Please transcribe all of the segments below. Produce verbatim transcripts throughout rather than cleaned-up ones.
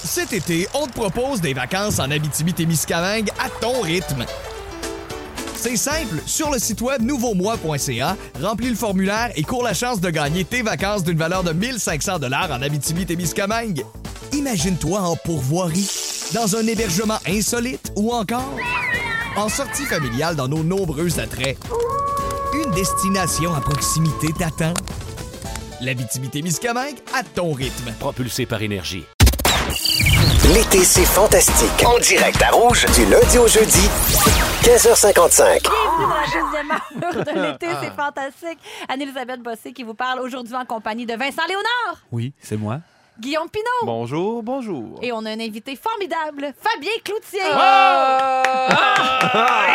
Cet été, on te propose des vacances en Abitibi-Témiscamingue à ton rythme. C'est simple, sur le site web nouveau moi point c a, remplis le formulaire et cours la chance de gagner tes vacances d'une valeur de mille cinq cents dollars en Abitibi-Témiscamingue. Imagine-toi en pourvoirie, dans un hébergement insolite ou encore en sortie familiale dans nos nombreux attraits. Une destination à proximité t'attend. L'Abitibi-Témiscamingue à ton rythme. Propulsé par Énergie. L'été, c'est fantastique. En direct à Rouge, du lundi au jeudi, quinze heures cinquante-cinq. Bienvenue dans la deuxième heure de l'été, c'est fantastique. Anne-Elisabeth Bossé qui vous parle aujourd'hui en compagnie de Vincent Léonard. Oui, c'est moi. Guillaume Pinault. Bonjour, bonjour. Et on a un invité formidable, Fabien Cloutier. Oh! Ah,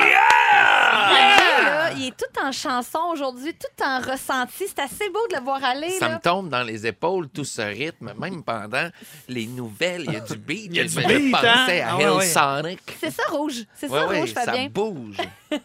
Fabien, là, il est tout en chanson aujourd'hui, tout en ressenti. C'est assez beau de le voir aller. Ça là. me tombe dans les épaules, tout ce rythme. Même pendant les nouvelles, il y a du beat. Il y a du Je beat, pensais hein? à Ah ouais, Hell ouais. Sonic. C'est ça, Rouge. C'est Ouais, ça, ouais, Rouge, Fabien. ça bouge.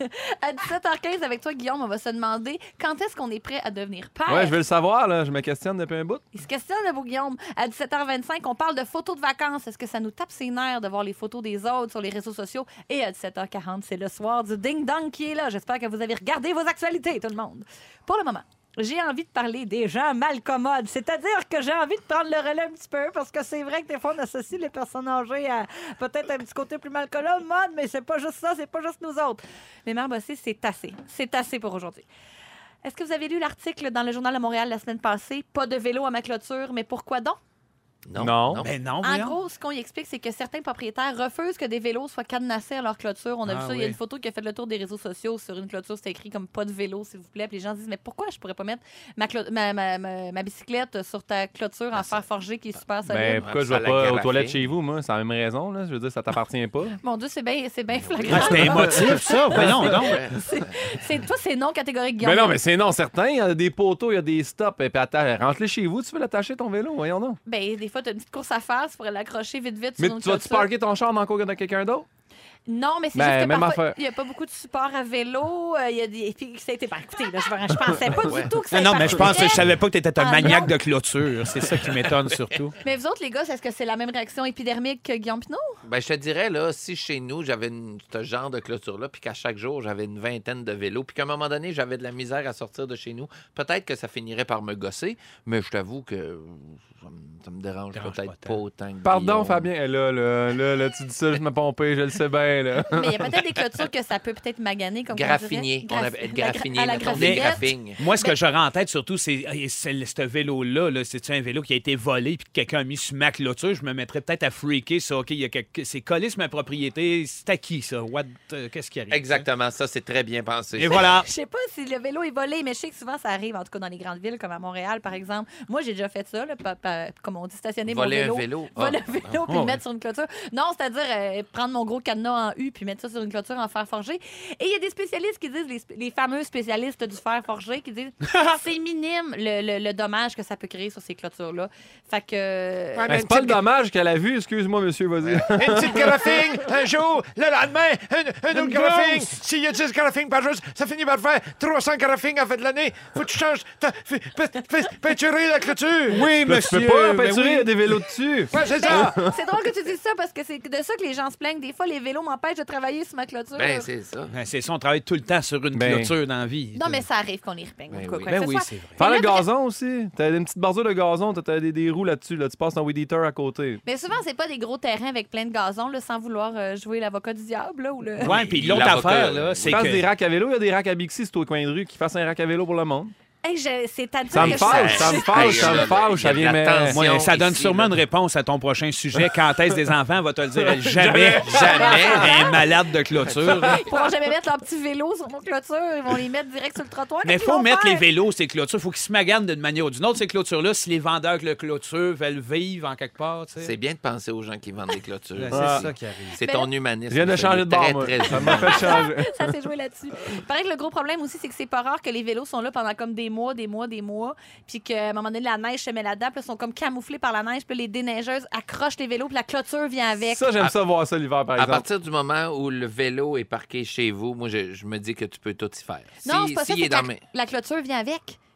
À dix-sept heures quinze, avec toi, Guillaume, on va se demander quand est-ce qu'on est prêt à devenir père. Ouais, je veux le savoir, là. Je me questionne depuis un bout. Il se questionne, le beau Guillaume. À dix-sept heures vingt-cinq, on parle de photos de vacances. Est-ce que ça nous tape ses nerfs de voir les photos des autres sur les réseaux sociaux? Et à dix-sept heures quarante, c'est le soir du ding-dong qui est là. J'espère que vous avez regardé vos actualités, tout le monde. Pour le moment, j'ai envie de parler des gens mal commodes. C'est-à-dire que j'ai envie de prendre le relais un petit peu parce que c'est vrai que des fois, on associe les personnes âgées à peut-être un petit côté plus mal commode, mais c'est pas juste ça, c'est pas juste nous autres. Les mères bossées, c'est assez. C'est assez pour aujourd'hui. Est-ce que vous avez lu l'article dans le Journal de Montréal la semaine passée? Pas de vélo à ma clôture, mais pourquoi donc? Non. Non. Ben non, En voyons. gros, ce qu'on y explique, c'est que certains propriétaires refusent que des vélos soient cadenassés à leur clôture. On a Ah, vu ça. Il y a oui. une photo qui a fait le tour des réseaux sociaux. Sur une clôture, c'était écrit comme pas de vélo, s'il vous plaît. Puis les gens disent, mais pourquoi je pourrais pas mettre ma, clo- ma, ma, ma, ma bicyclette sur ta clôture en fer forgé qui est super solide? Ben, pourquoi je Ça vais la pas aux graphine. toilettes chez vous, moi? C'est la même raison, là. Je veux dire, ça t'appartient pas. Mon Dieu, c'est bien c'est bien flagrant. Ah, c'était émotif, ça. Voyons donc. Ouais. C'est, toi, c'est non catégorique, Guillaume. Mais non, mais c'est non, certain. Il y a des poteaux, il y a des stops. Et puis, attends, rentre-les chez vous, tu veux l'attacher ton vélo, voyons donc. Ben, des fois, tu as une petite course à faire. Tu pourrais l'accrocher vite, vite Mais sur une tu vas-tu clôture. parker ton char dans le cours de quelqu'un d'autre? Non, mais c'est Ben, juste que même parfois, affaire. il n'y a pas beaucoup de support à vélo. euh, Il y a des... Puis ça a été... Ben, écoutez, là, je, je pensais pas Ouais. du tout que ça Non, non, mais je pense que je savais pas que tu étais un Ah, maniaque non. de clôture. C'est ça qui m'étonne surtout. Mais vous autres, les gars, est-ce que c'est la même réaction épidermique que Guillaume Pinot? Ben, je te dirais, là, si chez nous, j'avais une- ce genre de clôture-là, puis qu'à chaque jour, j'avais une vingtaine de vélos, puis qu'à un moment donné, j'avais de la misère à sortir de chez nous, peut-être que ça finirait par me gosser, mais je t'avoue que ça me, ça me dérange Dérange peut-être pas pas, tant. autant que Pardon, Guillaume. Fabien. Eh, Là, là, là, là, tu dis ça, je me pomper, je le sais bien, là. Mais il y a peut-être des clôtures que ça peut peut-être maganer, comme Graffinier. qu'on On dirait. appelle Graf- graffinier. à la mettons, graffinette. des graphings. Moi, ce que j'aurais en tête surtout, c'est eh, c'est le- ce vélo-là. -là, C'est-tu un vélo qui a été volé puis que quelqu'un a mis sur ma clôture? Je me mettrais peut-être à freaker ça. OK, il y a quelque... c'est collé sur ma propriété. C'est à qui, ça? What... euh, Qu'est-ce qui arrive? Exactement, ça, c'est très bien pensé. Et voilà. Je sais pas si le vélo est volé, mais je sais que souvent ça arrive, en tout cas dans les grandes villes comme à Montréal, par exemple. Moi, j'ai déjà fait ça, là, pa- pa- comme on dit, stationner Voler mon un vélo. vélo. Voler Ah. un vélo puis Ah. le mettre sur une clôture. Non, c'est-à-dire euh, prendre mon gros cadenas en U puis mettre ça sur une clôture en fer forgé. Et il y a des spécialistes qui disent, les, sp- les fameux spécialistes du fer forgé, qui disent c'est minime le, le- le dommage que ça peut créer sur ces clôtures-là. Fait que. Ouais, Ben, c'est pas le dommage qu'elle a vu, excuse-moi, monsieur, vas-y. Une petite graphing un jour, le lendemain, un, un autre Une graphing. grosse. S'il y a dix graphings par jour, ça finit par faire trois cents graphings à la fin de l'année. Faut que tu changes, ta- fais- fais- fais- peinturer la clôture. Oui, Là, tu peux pas peinturer, il y a des vélos dessus. Ouais, c'est ça. C'est drôle que tu dises ça parce que c'est de ça que les gens se plaignent. Des fois, les vélos m'empêchent de travailler sur ma clôture. Ben, c'est ça. Ben, c'est ça, on travaille tout le temps sur une Ben. clôture dans la vie. non, mais ça arrive qu'on y repeigne. Ben ou quoi, oui. quoi que Ben ce oui, soit. c'est vrai. Faire Mais le là, gazon aussi. T'as une petite bordure de gazon, t'as des, des roues là-dessus. Là. Tu passes ton weed eater à côté. Mais souvent, c'est pas des gros terrains avec plein de gazon, là, sans vouloir euh, jouer l'avocat du diable. Là, ou le... Ouais, puis l'autre L'avocat, affaire, là, là, Tu c'est fasses que... des racks à vélo, il y a des racks à Bixi, c'est au coin de rue, qui fassent un rack à vélo pour le monde. Hey, je- c'est à dire Ça que me je- fâche, ça me fâche, ça me fâche. Ça vient, mais. Moi, ça donne ici, sûrement là. une réponse à ton prochain sujet. Quand est-ce des enfants va te le dire? Jamais, jamais un malade de clôture. là. Ils pourront jamais mettre leur petit vélo sur mon clôture. Ils vont les mettre direct sur le trottoir. Mais il Qu'est-ce faut qu'ils vont mettre faire? les vélos, ces clôtures. Il faut qu'ils se maganent d'une manière ou d'une autre, ces clôtures-là, si les vendeurs de clôture veulent vivre en quelque part. tu sais. C'est bien de penser aux gens qui vendent des clôtures. Ouais, Ah. c'est ça qui arrive. C'est Mais ton là- humanisme. Je viens de Ça, changer il est de bord, très, moi. très Ça m'a fait changer. Ça s'est joué là-dessus. Il paraît que le gros problème aussi, c'est que c'est pas rare que les vélos sont là pendant comme des mois, des mois, des mois. Puis qu'à un moment donné, la neige se met là-dedans. Puis là, ils sont comme camouflés par la neige. Puis là, les déneigeuses accrochent les vélos. Puis la clôture vient avec. Ça, j'aime ça voir ça l'hiver, par À exemple. partir du moment où le vélo est parqué chez vous, moi, je, je me dis que tu peux tout y faire. Non, Si- c'est pas ça. s'il c'est est que la, dans mes- la clôture vient avec.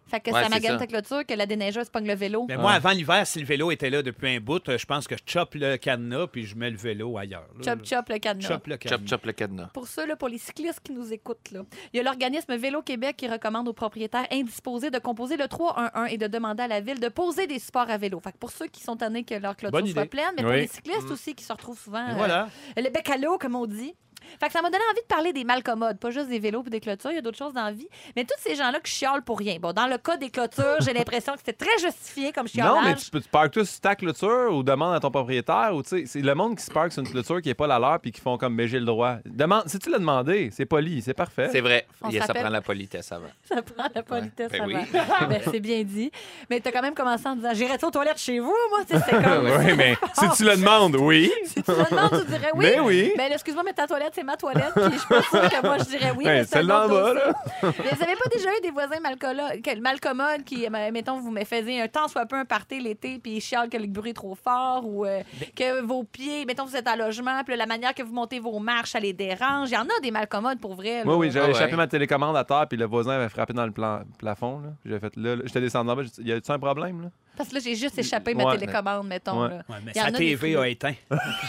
Fait que Ouais, ça c'est magane ça. ta clôture, que la déneigeuse pogne le vélo. Mais moi, avant l'hiver, si le vélo était là depuis un bout, euh, je pense que je chope le cadenas puis je mets le vélo ailleurs. là. Chop, chop, le cadenas. Chop le cadenas. Chop, chop le cadenas. Pour ça, là, pour les cyclistes qui nous écoutent, là, il y a l'organisme Vélo Québec qui recommande aux propriétaires indisposés de composer le trois un un et de demander à la ville de poser des supports à vélo. Fait que pour ceux qui sont tannés que leur clôture Bonne soit idée. pleine, mais pour Oui. les cyclistes aussi qui se retrouvent souvent Et euh, voilà. le bec à l'eau, comme on dit. Fait que ça m'a donné envie de parler des malcommodes, pas juste des vélos et des clôtures, il y a d'autres choses dans la vie. Mais tous ces gens-là qui chialent pour rien. Bon, dans le cas des clôtures, j'ai l'impression que c'était très justifié comme chialage. Non, mais tu peux tu parques tous sur ta clôture ou demande à ton propriétaire ou tu sais, c'est le monde qui se parque sur une clôture qui n'est pas la leur puis qui font comme mais j'ai le droit. Demande, si tu l'as demandé, c'est poli, c'est parfait. C'est vrai. On Yeah, ça s'appelle- prend la politesse avant. Ça prend la politesse Ouais, ben avant. Ben, c'est bien dit. Mais t'as quand même commencé en disant j'irais aux toilettes chez vous, moi, tu sais, c'est comme. Oui, mais si tu le demandes, oui. Si tu me demandes, tu dirais oui. Mais oui. Ben, là, excuse-moi, mais ta toilette, c'est ma toilette. Puis je suis pas sûre que moi, je dirais oui. Ouais, mais c'est celle un d'en autre bas, là. dossier. Mais vous avez pas déjà eu des voisins malcolo- que- malcommodes qui, euh, mettons, vous me faisiez un temps soit peu un party l'été, puis ils chialent que le bruit est trop fort ou euh, que vos pieds, mettons, vous êtes en logement, puis la manière que vous montez vos marches, ça les dérange. Il y en a des malcommodes pour vrai. là. Oui, oui, j'avais Ah ouais. échappé ma télécommande à terre puis le voisin avait frappé dans le plan- plafond. Là. J'ai fait là, là, j'étais descendu en bas, j'ai dit, y a-tu un problème là? Parce que là, j'ai juste échappé ma Ouais. télécommande, mettons. Ouais. Là. Ouais, mais Il y en sa a des T V frileux. a éteint.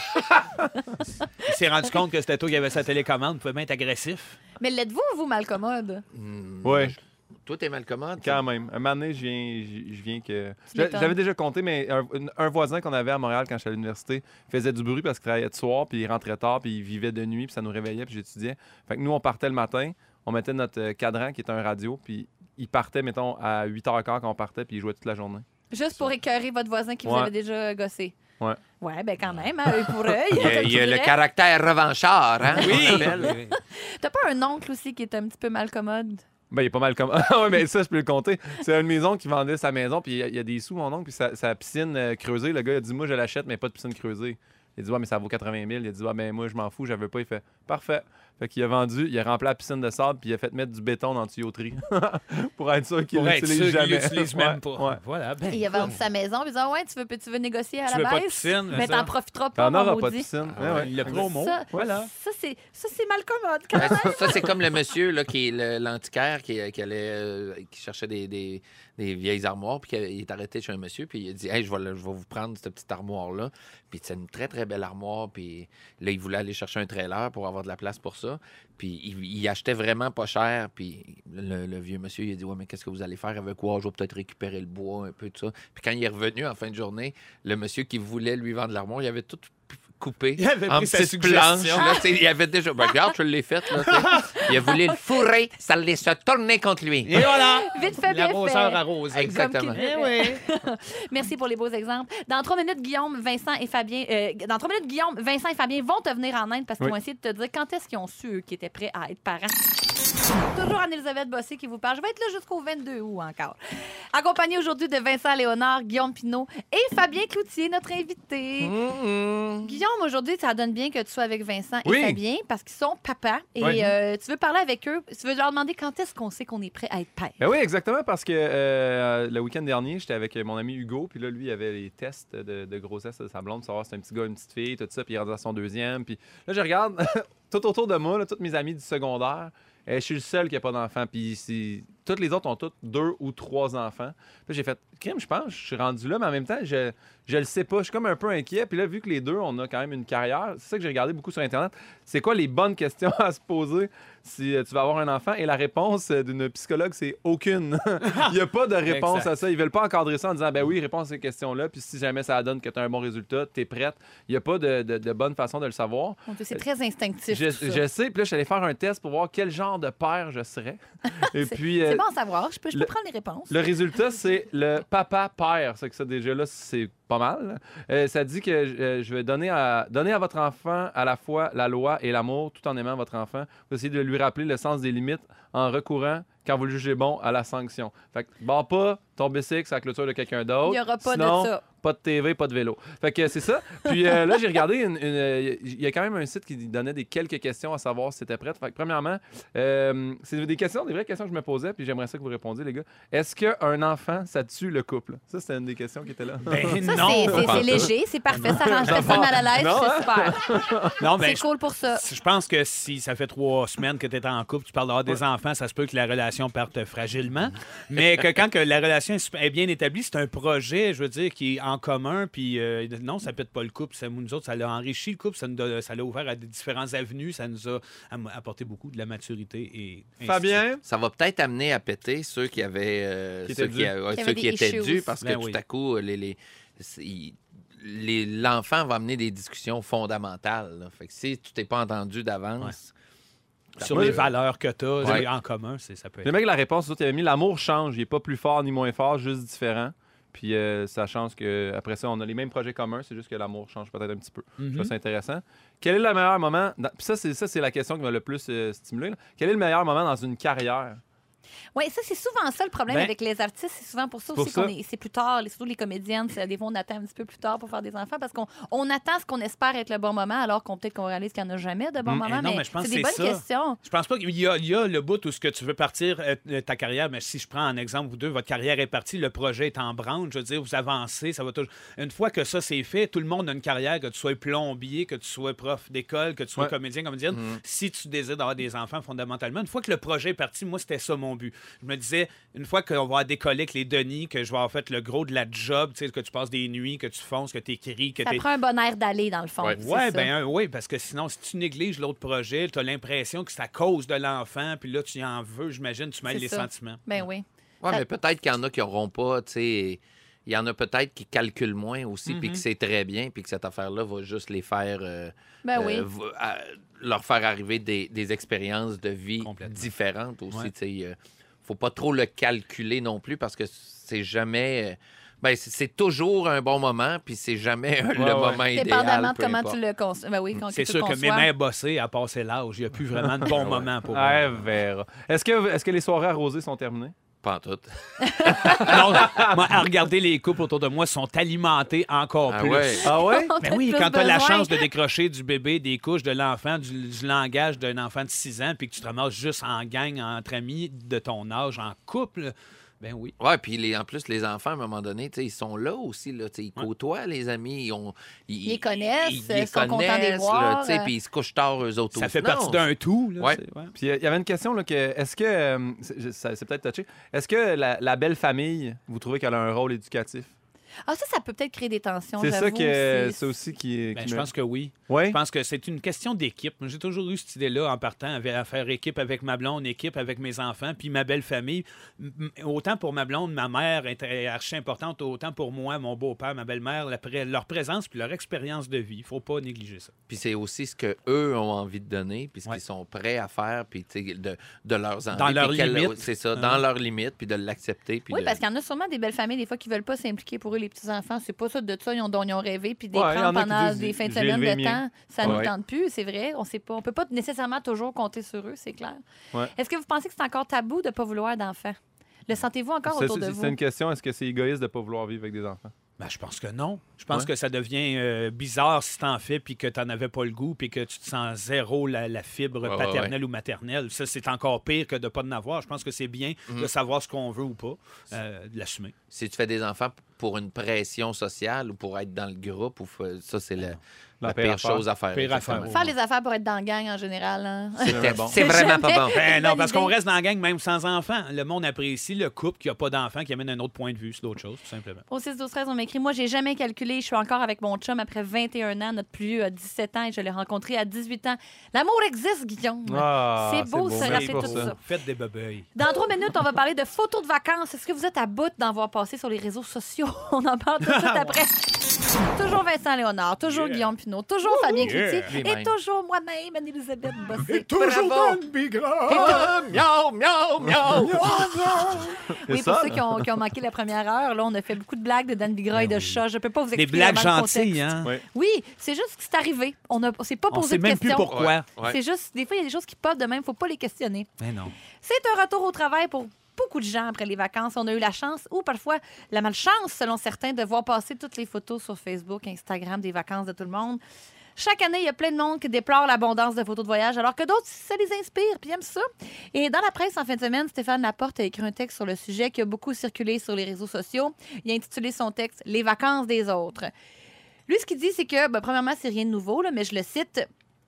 Il s'est rendu compte que c'était toi qui avais sa télécommande. Il pouvait bien être agressif. Mais l'êtes-vous, vous, malcommode? Hmm, Ouais. je- Toi, t'es mal commode? Quand même. Un moment donné, je viens, je je viens que. Tu Je- m'étonnes. J'avais déjà compté, mais un, une- un voisin qu'on avait à Montréal quand j'étais à l'université faisait du bruit parce qu'il travaillait de soir, puis il rentrait tard, puis il vivait de nuit, puis ça nous réveillait, puis j'étudiais. Fait que nous, on partait le matin, on mettait notre euh, cadran qui était un radio, puis il partait, mettons, à huit heures quinze quand on partait, puis il jouait toute la journée. Juste pour écœurer votre voisin qui vous Ouais. avait déjà gossé. Ouais. Ouais, ben quand même, hein, œil pour œil. Il y a, comme il tu y a le dirais. caractère revanchard, hein? on appelle. T'as pas un oncle aussi qui est un petit peu malcommode? Ben, il est pas mal comme. Ah ouais, mais ça, je peux le compter. C'est une maison qui vendait sa maison, puis il y a- il y, a des sous, mon oncle, puis sa, sa piscine euh, creusée. Le gars, il a dit, moi, je l'achète, mais pas de piscine creusée. Il a dit, ouais, mais ça vaut quatre-vingt mille. Il a dit, ouais, ben, moi, je m'en fous, je veux pas. Il fait, parfait. Fait qu'il a vendu, il a rempli la piscine de sable, puis il a fait mettre du béton dans la tuyauterie. Pour être sûr qu'il Pour être l'utilise sûr qu'il jamais. l'utilise Ouais, même pas. ouais. Voilà. Ben, Il a vendu sa maison, puis il dit ah ouais, tu veux, tu veux négocier à Tu la veux pas de baisse? piscine, Mais ça? t'en profiteras pas, T'en mon auras pas de maudit. piscine. Ah Ouais, ouais. le promo. Ça, Voilà. ça, c'est, ça, c'est malcommode quand Ben, même. ça, ça, c'est comme le monsieur là, qui est le- l'antiquaire qui, qui, allait, euh, qui cherchait des, des, des vieilles armoires, puis qui a- il est arrêté chez un monsieur, puis il a dit hey, je, vais, le- je vais vous prendre cette petite armoire-là. Puis c'est une très, très belle armoire, puis là, il voulait aller chercher un trailer pour avoir de la place pour ça. Puis il, il achetait vraiment pas cher, puis le, le vieux monsieur, il a dit ouais, mais qu'est-ce que vous allez faire avec quoi? Je vais peut-être récupérer le bois, un peu de ça. Puis quand il est revenu en fin de journée, le monsieur qui voulait lui vendre l'armoire, il avait tout coupé Il avait en pris sa petites suggestion. planches. Là, tu sais, il avait déjà. Ben, regarde, je l'ai faite. Là, tu sais. Il a voulu le fourrer, ça l'est se tourner contre lui. Et voilà. Vite fait, bien L'arroseur fait. arrosé. Exactement. Comme qu'il Eh oui. Merci pour les beaux exemples. Dans trois minutes, Guillaume, Vincent et Fabien. euh, dans trois minutes, Guillaume, Vincent et Fabien vont te venir en aide parce qu'ils Oui. vont essayer de te dire quand est-ce qu'ils ont su, eux, qu'ils étaient prêts à être parents. Toujours Anne-Elisabeth Bossé qui vous parle. Je vais être là jusqu'au vingt-deux août encore. Accompagné aujourd'hui de Vincent Léonard, Guillaume Pinault et Fabien Cloutier, notre invité. Guillaume, aujourd'hui, ça donne bien que tu sois avec Vincent et Oui. Fabien parce qu'ils sont papas et Oui. euh, tu veux parler avec eux. Tu veux leur demander quand est-ce qu'on sait qu'on est prêt à être père. Ben oui, exactement, parce que euh, le week-end dernier, j'étais avec mon ami Hugo, puis là, lui, il avait les tests de, de grossesse de sa blonde, pour savoir si c'est un petit gars, une petite fille, tout ça, puis il est rendu à son deuxième. Puis là, je regarde tout autour de moi, là, tous mes amis du secondaire, et je suis le seul qui n'a pas d'enfant. Puis c'est- toutes les autres ont toutes deux ou trois enfants. Puis j'ai fait, crime, je pense, je suis rendu là, mais en même temps, je, je le sais pas. Je suis comme un peu inquiet. Puis là, vu que les deux, on a quand même une carrière, c'est ça que j'ai regardé beaucoup sur Internet. C'est quoi les bonnes questions à se poser si euh, tu vas avoir un enfant? Et la réponse euh, d'une psychologue, c'est aucune. Il n'y a pas de réponse Exact. à ça. Ils veulent pas encadrer ça en disant, ben oui, réponds à ces questions-là. Puis si jamais ça donne que tu as un bon résultat, tu es prête. Il n'y a pas de, de- de bonne façon de le savoir. Mon Dieu, c'est très instinctif. Je, tout ça. je sais. Puis là, je suis allé faire un test pour voir quel genre de père je serais. Et C'est- puis. C'est euh, bon à savoir. Je peux, je peux le- prendre les réponses. le résultat, c'est le papa-père. C'est que ça, déjà là, c'est pas mal. Euh, ça dit que euh, je vais donner à, donner à votre enfant à la fois la loi et l'amour tout en aimant votre enfant. Vous essayez de lui rappeler le sens des limites en recourant, quand vous le jugez bon, à la sanction. Fait que, barre pas ton bicycle sur la clôture de quelqu'un d'autre. Il y aura pas de Sinon, ça. pas de T V, pas de vélo. Fait que c'est ça. Puis euh, là, j'ai regardé, une- une- il y a quand même un site qui donnait des quelques questions à savoir si c'était prêt. Fait que premièrement, euh, c'est des questions, des vraies questions que je me posais, puis j'aimerais ça que vous répondiez, les gars. Est-ce qu'un enfant, ça tue le couple? Ça, c'était une des questions qui était là. Ben Ça, non. c'est- c'est c'est léger, c'est parfait, ça range personne mal à l'aise, Non, c'est super. Non, mais C'est cool pour ça. je pense que si ça fait trois semaines que tu es en couple, tu parles d'avoir des enfants, ça se peut que la relation parte fragilement. Mais que quand que la relation est super- est bien établie, c'est un projet, je veux dire, qui est en commun. Puis euh, non, ça pète pas le couple. Ça, nous autres, ça l'a enrichi le couple. Ça nous a, ça l'a ouvert à des différentes avenues. Ça nous a am- apporté beaucoup de la maturité. Et ainsi de suite. Fabien? Ça va peut-être amener à péter ceux qui avaient euh, Qui ceux étaient qui, dus. a- ouais, Qui ceux avaient qui des étaient issues. dus parce que Ben tout oui. à coup les, les, c'est- il- les- l'enfant va amener des discussions fondamentales. Là. Fait que si tu t'es pas entendu d'avance, Sur Moi, les je- valeurs que tu as Ouais. en commun, c'est, ça peut Le être. mec, la réponse, il avait mis l'amour change. Il est pas plus fort ni moins fort, juste différent. Puis euh, ça change que après ça, on a les mêmes projets communs, c'est juste que l'amour change peut-être un petit peu. Je trouve ça intéressant. Quel est le meilleur moment? dans- Puis ça, c'est ça, c'est la question qui m'a le plus euh, stimulé. là. Quel est le meilleur moment dans une carrière? Oui, ça, c'est souvent ça le problème Ben, avec les artistes. C'est souvent pour ça pour aussi ça. qu'on est. C'est plus tard, les- surtout les comédiennes, c'est- des fois, on attend un petit peu plus tard pour faire des enfants parce qu'on on attend ce qu'on espère être le bon moment alors qu'on peut-être qu'on réalise qu'il n'y en a jamais de bon Mm, moment. eh non, mais mais je pense c'est que des c'est bonnes ça. questions. Je pense pas qu'il y a, il y a le bout où ce que tu veux partir euh, ta carrière, mais si je prends un exemple, vous deux, votre carrière est partie, le projet est en branle, je veux dire, vous avancez, ça va toujours. Une fois que ça c'est fait, tout le monde a une carrière, que tu sois plombier, que tu sois prof d'école, que tu sois Ouais. comédien, comédienne. Si tu désires d'avoir des enfants, fondamentalement, une fois que le projet est parti, moi, c'était ça mon but. Je me disais, une fois qu'on va avoir décollé avec les Denis, que je vais avoir fait le gros de la job, tu sais, que tu passes des nuits, que tu fonces, que tu écris, que Ça tu prend un bon air d'aller, dans le fond. Ouais. c'est Ouais, ça. ben euh, oui, parce que sinon, si tu négliges l'autre projet, tu as l'impression que c'est à cause de l'enfant, puis là, tu en veux, j'imagine, tu mêles C'est les ça. sentiments. Ben oui. ouais, Ça- mais peut-être qu'il y en a qui n'auront pas, tu sais. Il y en a peut-être qui calculent moins aussi, puis Mhm. que c'est très bien, puis que cette affaire-là va juste les faire. euh, Ben oui. euh, va- à- leur faire arriver des, des expériences de vie Complètement. différentes aussi. Ouais. Tu sais, euh, faut pas trop le calculer non plus parce que c'est jamais. euh, Ben, c'est- c'est toujours un bon moment, puis c'est jamais le ouais. moment idéal. Dépendamment de peu comment importe. tu le conçois. Ben oui, quand C'est tu sûr le que conçois. mes mains bossées à passer l'âge. Il n'y a plus vraiment de bons moments pour Ouais, moi. verra. Est-ce que, est-ce que les soirées arrosées sont terminées? Pas en tout. Non, moi, à regarder les couples autour de moi sont alimentés encore Ah plus. ouais? Ah ouais? On Ben a oui, plus quand tu as la besoin. chance de décrocher du bébé, des couches, de l'enfant, du, du langage d'un enfant de six ans, puis que tu te ramasses juste en gang, entre amis de ton âge, en couple, ben oui. Ouais, puis les, en plus, les enfants, à un moment donné, tu sais, ils sont là aussi. Là, tu sais, ils côtoient les amis. Ils, ont, ils, Ils les connaissent, ils, ils sont contents de les connaissent, voir. là, tu sais, puis ils se couchent tard, eux autres Ça aussi. fait Non, partie d'un tout. Là, Ouais. c'est- ouais. Puis euh, il y avait une question, là, que est-ce que, euh, c'est je- ça- c'est peut-être touché, est-ce que la, la belle famille, vous trouvez qu'elle a un rôle éducatif? Ah, ça, ça peut peut-être créer des tensions. C'est ça j'avoue, que c'est- c'est aussi qui, Ben, qui je me- pense que oui. Ouais? Je pense que c'est une question d'équipe. Moi, j'ai toujours eu cette idée-là en partant avec- à faire équipe avec ma blonde, équipe avec mes enfants, puis ma belle famille. M- m- Autant pour ma blonde, ma mère est archi importante, autant pour moi, mon beau-père, ma belle-mère, la pré- leur présence puis leur expérience de vie. Il faut pas négliger ça. Puis c'est aussi ce qu'eux ont envie de donner, puis ce Ouais. qu'ils sont prêts à faire, puis tu sais, de, de leurs envies. Dans leurs puis qu'elle- limites. C'est ça, Hein. dans leurs limites, puis de l'accepter. puis Oui, de- parce qu'il y en a sûrement des belles familles, des fois, qui veulent pas s'impliquer pour eux, les petits-enfants. C'est pas ça de ça, ils ont, dont ils ont rêvé, puis des Ouais, il y en prendre a qui pendant disent, des fins de j'ai semaine élevé de les temps, ça ne Ouais. nous tente plus, c'est vrai. On sait pas. On peut pas nécessairement toujours compter sur eux, c'est clair. Ouais. Est-ce que vous pensez que c'est encore tabou de ne pas vouloir d'enfants? Le sentez-vous encore C'est- autour de c'est vous? c'est une question, est-ce que c'est égoïste de ne pas vouloir vivre avec des enfants? Ben, je pense que non. Je pense Ouais. que ça devient euh, bizarre si t'en fais puis que t'en avais pas le goût puis que tu te sens zéro la, la fibre Ouais, ouais, paternelle ou maternelle. Ça, c'est encore pire que de pas en avoir. Je pense que c'est bien de savoir ce qu'on veut ou pas, euh, de l'assumer. Si tu fais des enfants pour une pression sociale ou pour être dans le groupe, ou fa- ça, c'est la, La la pire pire affaire. chose à faire. Pire exactement. affaire. Faire les affaires pour être dans la gang en général. Hein? C'est bon. c'est vraiment pas bon. Ben non, bonne parce qu'on idée. reste dans la gang même sans enfants. Le monde apprécie le couple qui a pas d'enfants, qui amène un autre point de vue sur d'autres choses, tout simplement. Au six douze treize, on m'écrit « Moi, j'ai jamais calculé. Je suis encore avec mon chum après vingt et un ans. Notre plus vieux a dix-sept ans et je l'ai rencontré à dix-huit ans. L'amour existe, Guillaume. Ah, c'est beau, ça, merci rappeler pour tout ça. Faites des bebeuilles. Dans trois minutes, on va parler de photos de vacances. Est-ce que vous êtes à bout d'en voir passer sur les réseaux sociaux? On en parle tout de suite après. Toujours Vincent Léonard, toujours Yeah. Guillaume Pinot, toujours Fabien yeah. Cloutier et Lui-même. toujours moi-même, Anne-Élisabeth Bossé. Toujours Bravo. dans le bigra. Miaou, miaou, miaou. Oui, ça, pour ceux là. qui ont, qui ont manqué la première heure, là, on a fait beaucoup de blagues de Dan Bigra et de chat. Je peux pas vous Des expliquer blagues vraiment le gentilles, contexte. hein? Oui. Oui, c'est juste que c'est arrivé. On ne s'est pas On posé sait de même plus questions. pourquoi. Ouais. C'est juste, des fois, il y a des choses qui popent de même, faut pas les questionner. Mais non. C'est un retour au travail pour beaucoup de gens après les vacances. On a eu la chance, ou parfois la malchance, selon certains, de voir passer toutes les photos sur Facebook, Instagram des vacances de tout le monde. Chaque année, il y a plein de monde qui déplore l'abondance de photos de voyage, alors que d'autres, ça les inspire, puis aiment ça. Et dans la presse, en fin de semaine, Stéphane Laporte a écrit un texte sur le sujet qui a beaucoup circulé sur les réseaux sociaux. Il a intitulé son texte « Les vacances des autres ». Lui, ce qu'il dit, c'est que, ben, premièrement, c'est rien de nouveau, là, mais je le cite...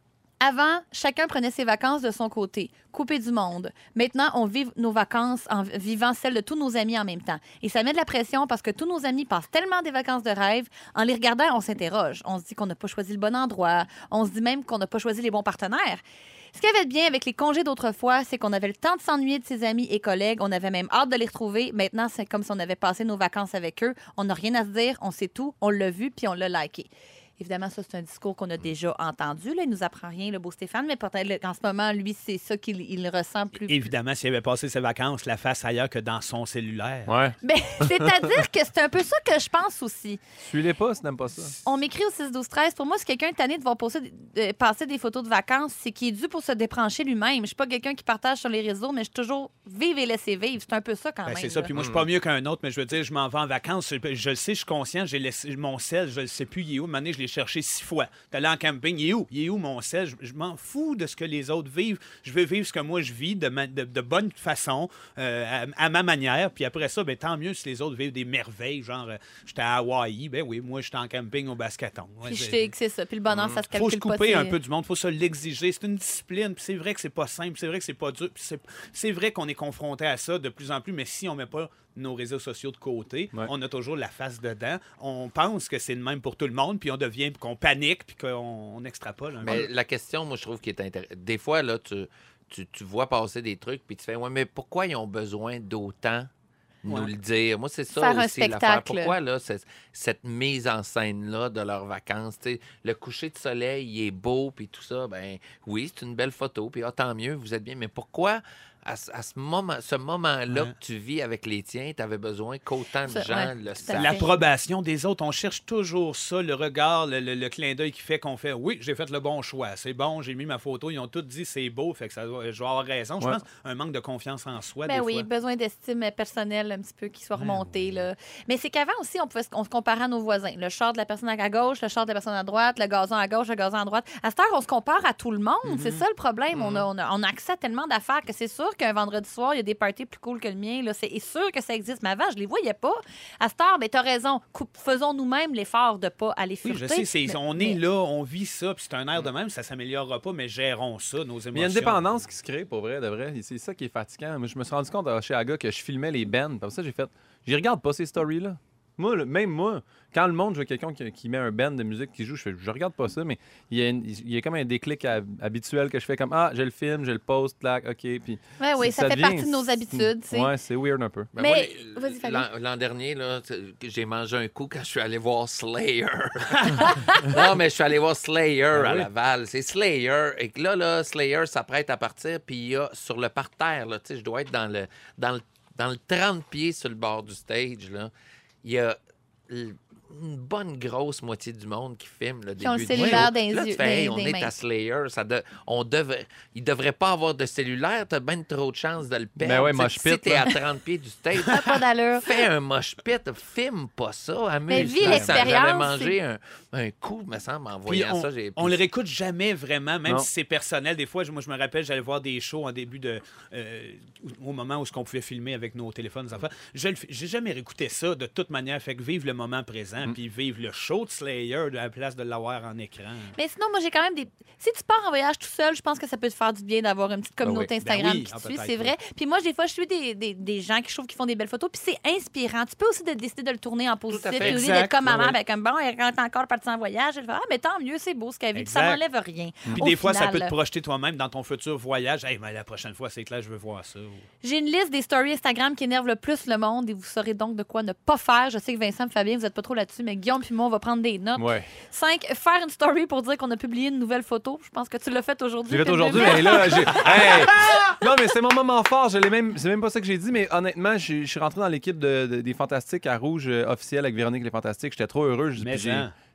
Avant, chacun prenait ses vacances de son côté, coupé du monde. Maintenant, on vit nos vacances en vivant celles de tous nos amis en même temps. Et ça met de la pression parce que tous nos amis passent tellement des vacances de rêve. En les regardant, on s'interroge. On se dit qu'on n'a pas choisi le bon endroit. On se dit même qu'on n'a pas choisi les bons partenaires. Ce qu'il y avait de bien avec les congés d'autrefois, c'est qu'on avait le temps de s'ennuyer de ses amis et collègues. On avait même hâte de les retrouver. Maintenant, c'est comme si on avait passé nos vacances avec eux. On n'a rien à se dire, on sait tout, on l'a vu puis on l'a liké. Évidemment, ça, c'est un discours qu'on a déjà entendu. Là. Il nous apprend rien, le beau Stéphane, mais peut-être qu'en ce moment, lui, c'est ça qu'il il ressent plus. Évidemment, s'il avait passé ses vacances, la face ailleurs que dans son cellulaire. Ouais. Ben, c'est-à-dire que c'est un peu ça que je pense aussi. Suis-les pas si t'aimes pas ça. On m'écrit au six douze treize. Pour moi, si quelqu'un est tanné de voir passer, de passer des photos de vacances, c'est qu'il est dû pour se débrancher lui-même. Je suis pas quelqu'un qui partage sur les réseaux, mais je suis toujours vive et laisser vivre. C'est un peu ça quand Ben, même. c'est ça. Là. Puis moi, je suis pas mieux qu'un autre, mais je veux dire, je m'en vais en vacances. Je, je le sais, je suis conscient. J'ai laissé mon sel, je le sais plus, il est où. Une année, je l'ai cherché six fois. T'es allé en camping, il est où? Il est où mon sel? Je, je m'en fous de ce que les autres vivent. Je veux vivre ce que moi je vis de, ma, de, de bonne façon, euh, à, à ma manière. Puis après ça, ben, tant mieux si les autres vivent des merveilles. Genre, euh, j'étais à Hawaï, ben oui, moi j'étais en camping au Bascaton. Ouais, Puis je c'est- sais que c'est ça. Puis le bonheur, ça se calcule faut se pas. couper c'est- un peu du monde, faut se l'exiger. C'est une discipline, puis c'est vrai que c'est pas simple, c'est vrai que c'est pas dur, puis c'est, c'est vrai qu'on est confronté à ça de plus en plus, mais si on met pas nos réseaux sociaux de côté, Ouais. on a toujours la face dedans. On pense que c'est le même pour tout le monde, puis on devient, qu'on panique, puis qu'on on extrapole un Mais peu. la question, moi, je trouve qui est intéressante. Des fois, là, tu, tu, tu vois passer des trucs, puis tu fais, ouais, mais pourquoi ils ont besoin d'autant nous Ouais. le dire? Moi, c'est ça Faire un aussi l'affaire. spectacle. Pourquoi, là, c'est- cette mise en scène-là de leurs vacances? Tu sais, le coucher de soleil, il est beau, puis tout ça, ben oui, c'est une belle photo, puis ah, tant mieux, vous êtes bien. Mais pourquoi, à, ce- à ce moment, ce moment-là Ouais. que tu vis avec les tiens, tu avais besoin qu'autant de Ça, gens ouais, le tout à sachent? fait. L'approbation des autres, on cherche toujours ça, le regard, le, le- le clin d'œil qui fait qu'on fait oui, j'ai fait le bon choix, c'est bon, j'ai mis ma photo, ils ont tous dit c'est beau, fait que ça, doit- je vais avoir raison. Je Ouais. pense un manque de confiance en soi. Ben des oui, fois. besoin d'estime personnelle un petit peu qui soit remontée. Là. Mais c'est qu'avant aussi, on, pouvait, se- on se comparait à nos voisins. Le char de la personne à gauche, le char de la personne à droite, le gazon à gauche, le gazon à droite. À cette heure, on se compare à tout le monde. C'est ça le problème. On, a, on, a, on a accès à tellement d'affaires que c'est sûr qu'un vendredi soir, il y a des parties plus cool que le mien. Là. C'est sûr que ça existe. Mais avant, je les voyais pas. À cette heure, ben, tu as raison. Coup- Faisons nous-mêmes l'effort de pas aller Oui, fureter. je sais, c'est- Mais- on mais- est là, on vit ça, puis c'est un air de même, ça s'améliorera pas, mais gérons ça, nos émotions. Mais il y a une dépendance qui se crée, pour vrai, de vrai. Et c'est ça qui est fatigant. Moi, je me suis rendu compte à chez Aga que je filmais les bands. Comme ça, j'ai fait. J'y regarde pas ces stories-là. Moi, le- même moi, quand le monde, je vois quelqu'un qui, qui met un band de musique qui joue, je fais, je regarde pas ça, mais il y a, une- il y a comme un déclic à- habituel que je fais comme ah, je le filme, je le poste, clac, ok, puis. Ouais, oui, c'est- ça fait devient- partie de nos habitudes. tu sais. Ouais, c'est weird un peu. Ben, Mais- moi, les- vas-y, Fabien. l'an, l'an dernier, là, t- j'ai mangé un coup quand je suis allé voir Slayer. non, mais je suis allé voir Slayer à Laval. C'est Slayer. Et que là, là, Slayer s'apprête à partir, puis il y a sur le parterre, là, tu sais, je dois être dans le, dans, le, dans le trente pieds sur le bord du stage, là, il y a l- une bonne grosse moitié du monde qui filme le Qui ont début le du cellulaire show. dans les Là, tu yeux- fais, hey, dans- on dans les est mains. à Slayer. Ça de- on devrait, il devrait pas avoir de cellulaire. T'as bien trop de chances de le perdre. Ben ouais, Tu sais, mosh si pit, t'es là. à trente pieds du stage, Ça n'a pas d'allure. fais un mosh pit, filme pas ça, Mais vis amuse-toi. Ça, J'avais l'expérience, mangé un, un coup, me semble, en Puis voyant on, ça. J'ai on le réécoute jamais vraiment, même Non. si c'est personnel. Des fois, je- moi, je me rappelle, j'allais voir des shows en début de. euh, au moment où ce qu'on pouvait filmer avec nos téléphones, nos enfants. Je le fais- J'ai jamais réécouté ça de toute manière. Fait que vive le moment présent, Mm. puis vive le show de Slayer à la place de l'avoir en écran. Mais sinon, moi, j'ai quand même des. Si tu pars en voyage tout seul, je pense que ça peut te faire du bien d'avoir une petite communauté oui. Instagram Ben oui. qui Ah, te suit, peut-être, c'est oui. vrai. Puis moi, des fois, je suis des, des, des gens qui je trouve qui font des belles photos, puis c'est inspirant. Tu peux aussi de- décider de le tourner en positif, fait. puis au lieu Exact. d'être comme maman, Ouais, ouais. ben, comme bon, quand t'es encore parti en voyage, je fais, ah, mais tant mieux, c'est beau ce qu'elle vit, puis ça Exact. m'enlève rien. Puis Au des fois, ça final, peut te projeter toi-même dans ton futur voyage. Hey, mais la prochaine fois, c'est clair, je veux voir ça. J'ai une liste des stories Instagram qui énervent le plus le monde et vous saurez donc de quoi ne pas faire. Je sais que Vincent et Fabien, vous n'êtes pas trop là-dessus, mais Guillaume puis moi, on va prendre des notes. Ouais. cinq. Faire une story pour dire qu'on a publié une nouvelle photo. Je pense que tu l'as fait aujourd'hui. J'ai fait T'as aujourd'hui, vu? mais là, j'ai. Hey! Non, mais c'est mon moment fort. Je l'ai même... C'est même pas ça que j'ai dit, mais honnêtement, je je suis rentré dans l'équipe de, de- des Fantastiques à Rouge euh, officielle avec Véronique les Fantastiques. J'étais trop heureux. Je- Mais puis j'ai- hein.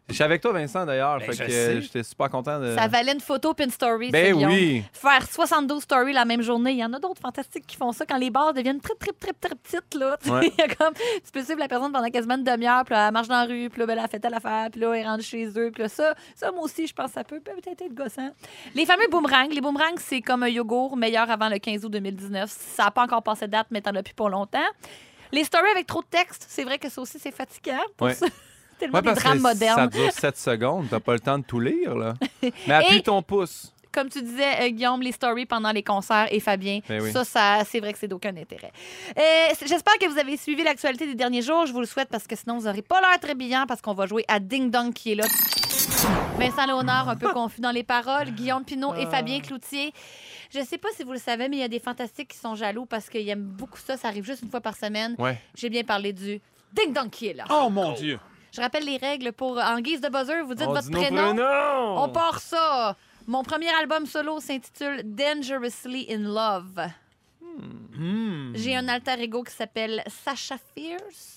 Je suis avec toi, Vincent, d'ailleurs. Ben, fait je que sais. euh, j'étais super content de. Ça valait une photo puis une story. Ben ça, Guillaume. oui. Faire soixante-douze stories la même journée. Il y en a d'autres fantastiques qui font ça quand les barres deviennent très, très, très, très petites. Là. Tu sais, Ouais. il y a comme, tu peux suivre la personne pendant quasiment une demi-heure, puis là, elle marche dans la rue, puis là, ben, elle a fait telle affaire, puis là, elle est rendue chez eux. Puis là, ça, ça, moi aussi, je pense que ça peut peut-être être gossant. Les fameux boomerangs. Les boomerangs, c'est comme un yogourt meilleur avant le quinze août deux mille dix-neuf. Ça n'a pas encore passé de date, mais t'en as plus pour longtemps. Les stories avec trop de texte, c'est vrai que ça aussi, c'est fatigant. Pour Ouais. ça. Tellement Ouais, des parce drames que modernes. ça dure sept secondes. T'as pas le temps de tout lire, là. Mais appuie Et- ton pouce. Comme tu disais, euh, Guillaume, les stories pendant les concerts et Fabien, Ben oui. ça, ça c'est vrai que c'est d'aucun intérêt. Euh, c- J'espère que vous avez suivi l'actualité des derniers jours. Je vous le souhaite parce que sinon, vous n'aurez pas l'air très brillant parce qu'on va jouer à Ding Dong qui est là. Vincent Léonard, un peu confus dans les paroles. Guillaume Pinault et Fabien Cloutier. Je ne sais pas si vous le savez, mais il y a des fantastiques qui sont jaloux parce qu'ils aiment beaucoup ça. Ça arrive juste une fois par semaine. Ouais. J'ai bien parlé du Ding Dong qui est là. Oh, mon Dieu. Je rappelle les règles pour, en guise de buzzer, vous dites On votre dit nos prénom. prénoms. On part ça. Mon premier album solo s'intitule Dangerously in Love. Hmm. J'ai un alter ego qui s'appelle Sasha Fierce.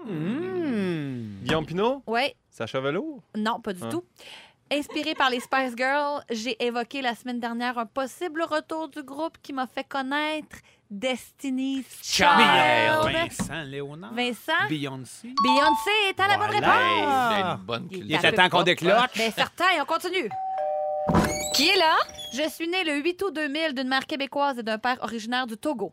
Hmm. Guillaume Pinot, Ouais, Sacha Velour. non, pas du Ah. tout. Inspiré par les Spice Girls, j'ai évoqué la semaine dernière un possible retour du groupe qui m'a fait connaître Destiny's Child. Vincent Léonard. Vincent, Beyoncé. Beyoncé est à la bonne Voilà. réponse. Hey, une bonne Il culture. Il était temps qu'on décloche. Bien certain, on continue. Qui est là? Je suis née le huit août deux mille d'une mère québécoise et d'un père originaire du Togo.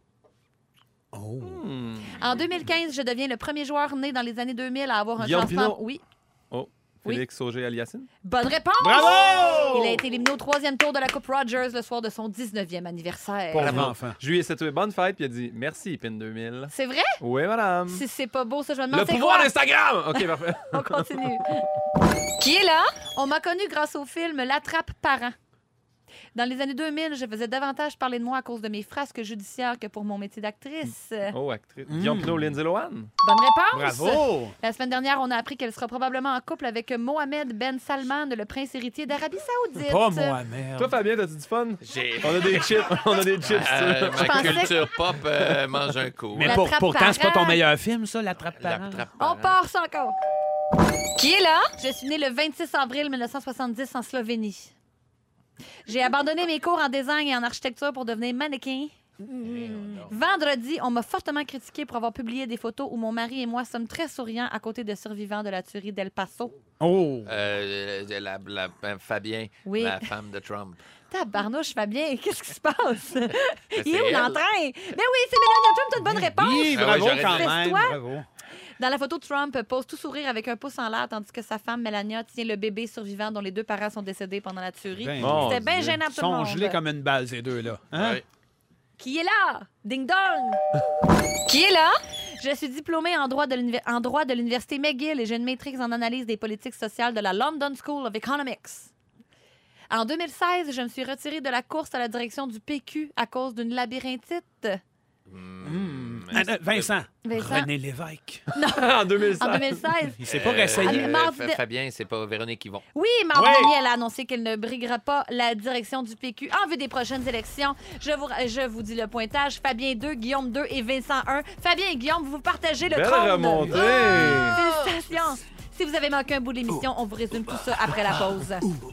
Oh. Hmm. En deux mille quinze, je deviens le premier joueur né dans les années deux mille à avoir un Guillaume transplant. Pinot. Oui. Oh, Oui. Félix Auger-Aliassime. Bonne réponse! Bravo! Il a été éliminé au troisième tour de la Coupe Rogers le soir de son dix-neuvième anniversaire. Pauvre enfant. Je lui ai souhaité bonne fête, puis il a dit merci, Pin deux mille. C'est vrai? Oui, madame. Si c'est pas beau, ça, je me Le demande c'est pouvoir quoi? d'Instagram! OK, parfait. On continue. Qui est là? On m'a connu grâce au film L'Attrape Parent. Dans les années deux mille, je faisais davantage parler de moi à cause de mes frasques judiciaires que pour mon métier d'actrice. Oh, actrice. Mm. Guillaume Pinot, Lindsay Lohan. Bonne réponse! Bravo! La semaine dernière, on a appris qu'elle sera probablement en couple avec Mohamed Ben Salman, le prince héritier d'Arabie Saoudite. Pas Mohamed. Toi, Fabien, t'as-tu du fun? J'ai- On a des chips. On a des chips. Euh, Je ma pensais culture pop euh, mange un coup. Mais La pour, trappe pourtant, c'est pas ton parent. meilleur film, ça, La Trappe La Parent. trappe On parent. part ça encore. Qui est là? Je suis née le vingt-six avril mille neuf cent soixante-dix en Slovénie. J'ai abandonné mes cours en design et en architecture pour devenir mannequin. Vendredi, on m'a fortement critiqué pour avoir publié des photos où mon mari et moi sommes très souriants à côté de survivants de la tuerie d'El Paso. Oh! Euh, la, la- la- Fabien, Oui. la femme de Trump. Tabarnouche, Fabien, qu'est-ce qui se passe? Il c'est est où elle. l'entrain? Mais oui, c'est Mélania Trump, t'as une bonne réponse. Oui, Ah bravo ouais, j'aurais quand dit. même. Fais-toi. Bravo. Dans la photo, Trump pose tout sourire avec un pouce en l'air, tandis que sa femme, Melania, tient le bébé survivant dont les deux parents sont décédés pendant la tuerie. Ben, Mon C'était bien Dieu. gênant pour tout le Sont monde. gelés comme une balle, ces deux-là. Hein? Ouais. Qui est là? Ding dong! Qui est là? Je suis diplômée en droit de l'univer- en droit de l'Université McGill et j'ai une maîtrise en analyse des politiques sociales de la London School of Economics. En deux mille seize, je me suis retirée de la course à la direction du P Q à cause d'une labyrinthite. Hmm, Ah, euh, Vincent. Vincent. René Lévesque. en deux mille seize. En deux mille seize. Il s'est pas Euh, réessayé. Ah, euh, mardi Fa- de- Fabien, c'est pas Véronique Yvon. Oui, mardi Oui. dernier, elle a annoncé qu'elle ne briguera pas la direction du P Q en vue des prochaines élections. Je vous, je vous dis le pointage. Fabien deux, Guillaume deux et Vincent un. Fabien et Guillaume, vous partagez le Belle trône. remontée. Félicitations. Si vous avez manqué un bout de l'émission, on vous résume tout ça après la pause.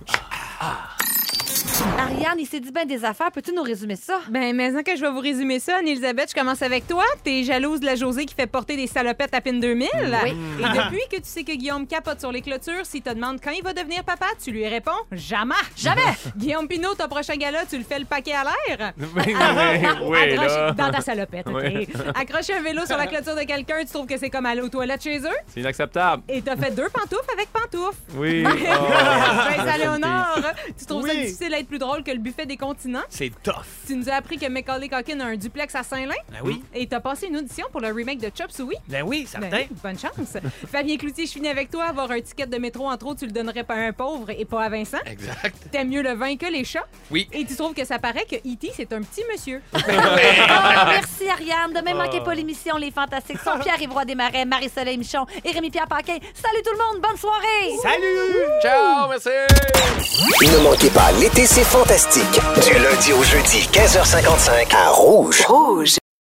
Ariane, il s'est dit bien des affaires. Peux-tu nous résumer ça? Ben, maintenant que je vais vous résumer ça, Anne-Elisabeth, je commence avec toi. T'es jalouse de la Josée qui fait porter des salopettes à Pin deux mille. Oui. Et depuis que tu sais que Guillaume capote sur les clôtures, s'il te demande quand il va devenir papa, tu lui réponds jamais. Jamais! Guillaume Pinot, ton prochain gala, tu le fais le paquet à l'air. Oui, oui, oui, Accroche- là. Dans ta salopette, OK? Oui. Accrocher un vélo sur la clôture de quelqu'un, tu trouves que c'est comme aller aux toilettes chez eux? C'est inacceptable. Et t'as fait deux pantoufles avec pantoufles. Oui. Vincent Léonard, tu trouves ça Oui. difficile d'être plus drôle que le buffet des continents? C'est tough. Tu nous as appris que Macaulay Culkin a un duplex à Saint-Lin. Ben oui. Et t'as passé une audition pour le remake de Chop Suey. Ben oui, Ben, certain. bonne chance. Fabien Cloutier, je finis avec toi. Avoir un ticket de métro en trop, tu le donnerais pas à un pauvre et pas à Vincent. Exact. T'aimes mieux le vin que les chats. Oui. Et tu trouves que ça paraît que E T c'est un petit monsieur. Oh, merci, Ariane. Demain, manquez pas l'émission Les Fantastiques. Sont Pierre-Yves Desmarais, Marie-Soleil Michon et Rémi-Pierre Paquin. Salut tout le monde. Bonne soirée. Salut! Ciao, merci! Ne manquez pas l'été, c'est fantastique. Du lundi au jeudi, quinze heures cinquante-cinq à Rouge. Rouge.